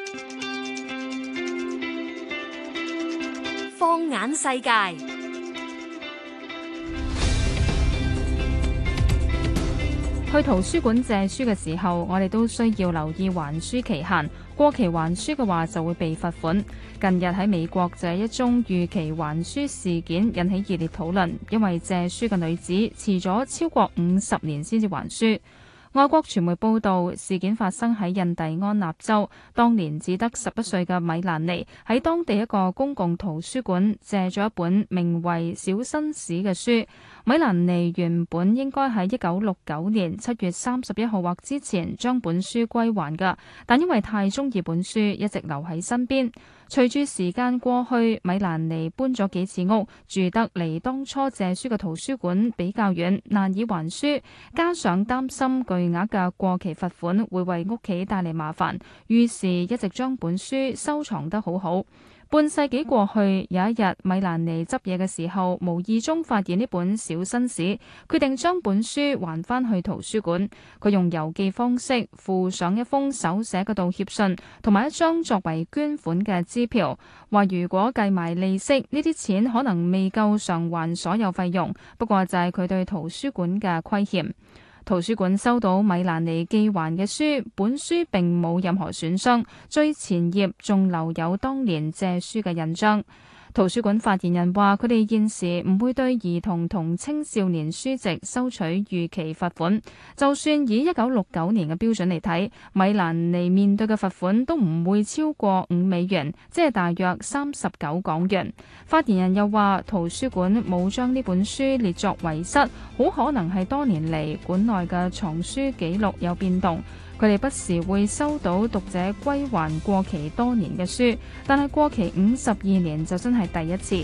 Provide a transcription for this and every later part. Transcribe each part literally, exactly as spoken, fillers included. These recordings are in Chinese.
放眼世界， 去圖書館借書嘅時候，我哋都需要留意還書期限。過期還書嘅話，就會被罰款。近日喺美國就有一宗逾期還書事件引起熱烈討論，因為借書嘅女子遲咗超過五十年先至還書。外國傳媒報道，事件發生喺印第安納州，當年只得十一歲嘅米蘭妮喺當地一個公共圖書館借咗一本名為《小紳士》嘅書。米蘭妮原本應該喺一九六九年七月三十一號或之前將本書歸還㗎，但因為太中意本書，一直留喺身邊。隨住時間過去，米蘭妮搬咗幾次屋，住得離當初借書嘅圖書館比較遠，難以還書，加上擔心巨額嘅過期罰款會為屋企帶嚟麻煩，於是一直將本書收藏得好好。半世紀過去，有一日米蘭妮執嘢嘅時候，無意中發現呢本小紳士，決定將本書還返去圖書館。佢用郵寄方式附上一封手寫嘅道歉信，同埋一張作為捐款嘅支票，話如果計埋利息，呢啲錢可能未夠償還所有費用，不過就係佢對圖書館嘅虧欠。圖書館收到米蘭妮寄還嘅書，本書並冇任何損傷，最前頁仲留有當年借書嘅印章。圖書館發言人話：佢哋現時唔會對兒童同青少年書籍收取逾期罰款。就算以一九六九年嘅標準嚟睇，米蘭妮面對嘅罰款都唔會超過五美元，即係大約三十九港元。發言人又話：圖書館冇將呢本書列作遺失，好可能係多年嚟館內嘅藏書記錄有變動。佢哋不時會收到讀者歸還過期多年嘅書，但係過期五十二年就真係第一次。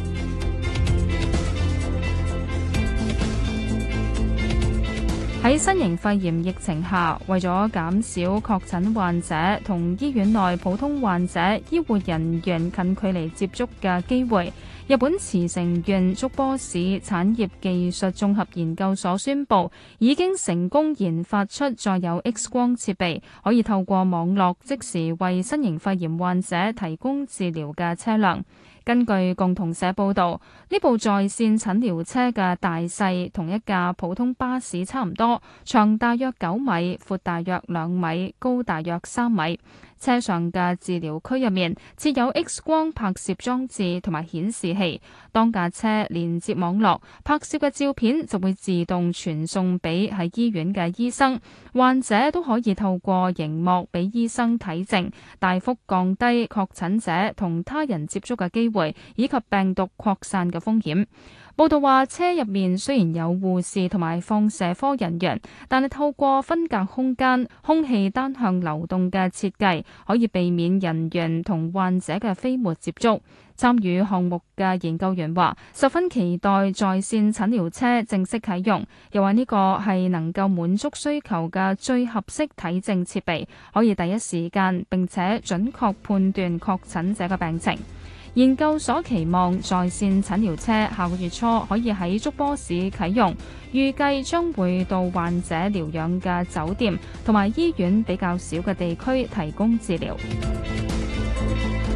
喺新型肺炎疫情下，為咗減少確診患者同醫院內普通患者、醫護人員近距離接觸嘅機會，日本茨城縣筑波市產業技術綜合研究所宣布，已經成功研發出載有 X 光設備，可以透過網絡即時為新型肺炎患者提供治療嘅車輛。根據共同社報導，呢部在線診療車嘅大細同一架普通巴士差唔多，長大約九米，闊大約兩米，高大約三米。車上嘅治療區入面設有 X 光拍攝裝置同埋顯示器，當架車連接網絡，拍攝嘅照片就會自動傳送俾喺醫院嘅醫生，患者都可以透過熒幕俾醫生睇症，大幅降低確診者同他人接觸嘅機會，以及病毒擴散嘅風險。報道話，車入面雖然有護士同埋放射科人員，但係透過分隔空間、空氣單向流動嘅設計，可以避免人員同患者嘅飛沫接觸。參與項目嘅研究員話，十分期待在線診療車正式啟用，又話呢個係能夠滿足需求嘅最合適體證設備，可以第一時間並且準確判斷確診者嘅病情。研究所期望在線診療車下個月初可以喺筑波市啟用，預計將會到患者療養嘅酒店同埋醫院比較少嘅地區提供治療。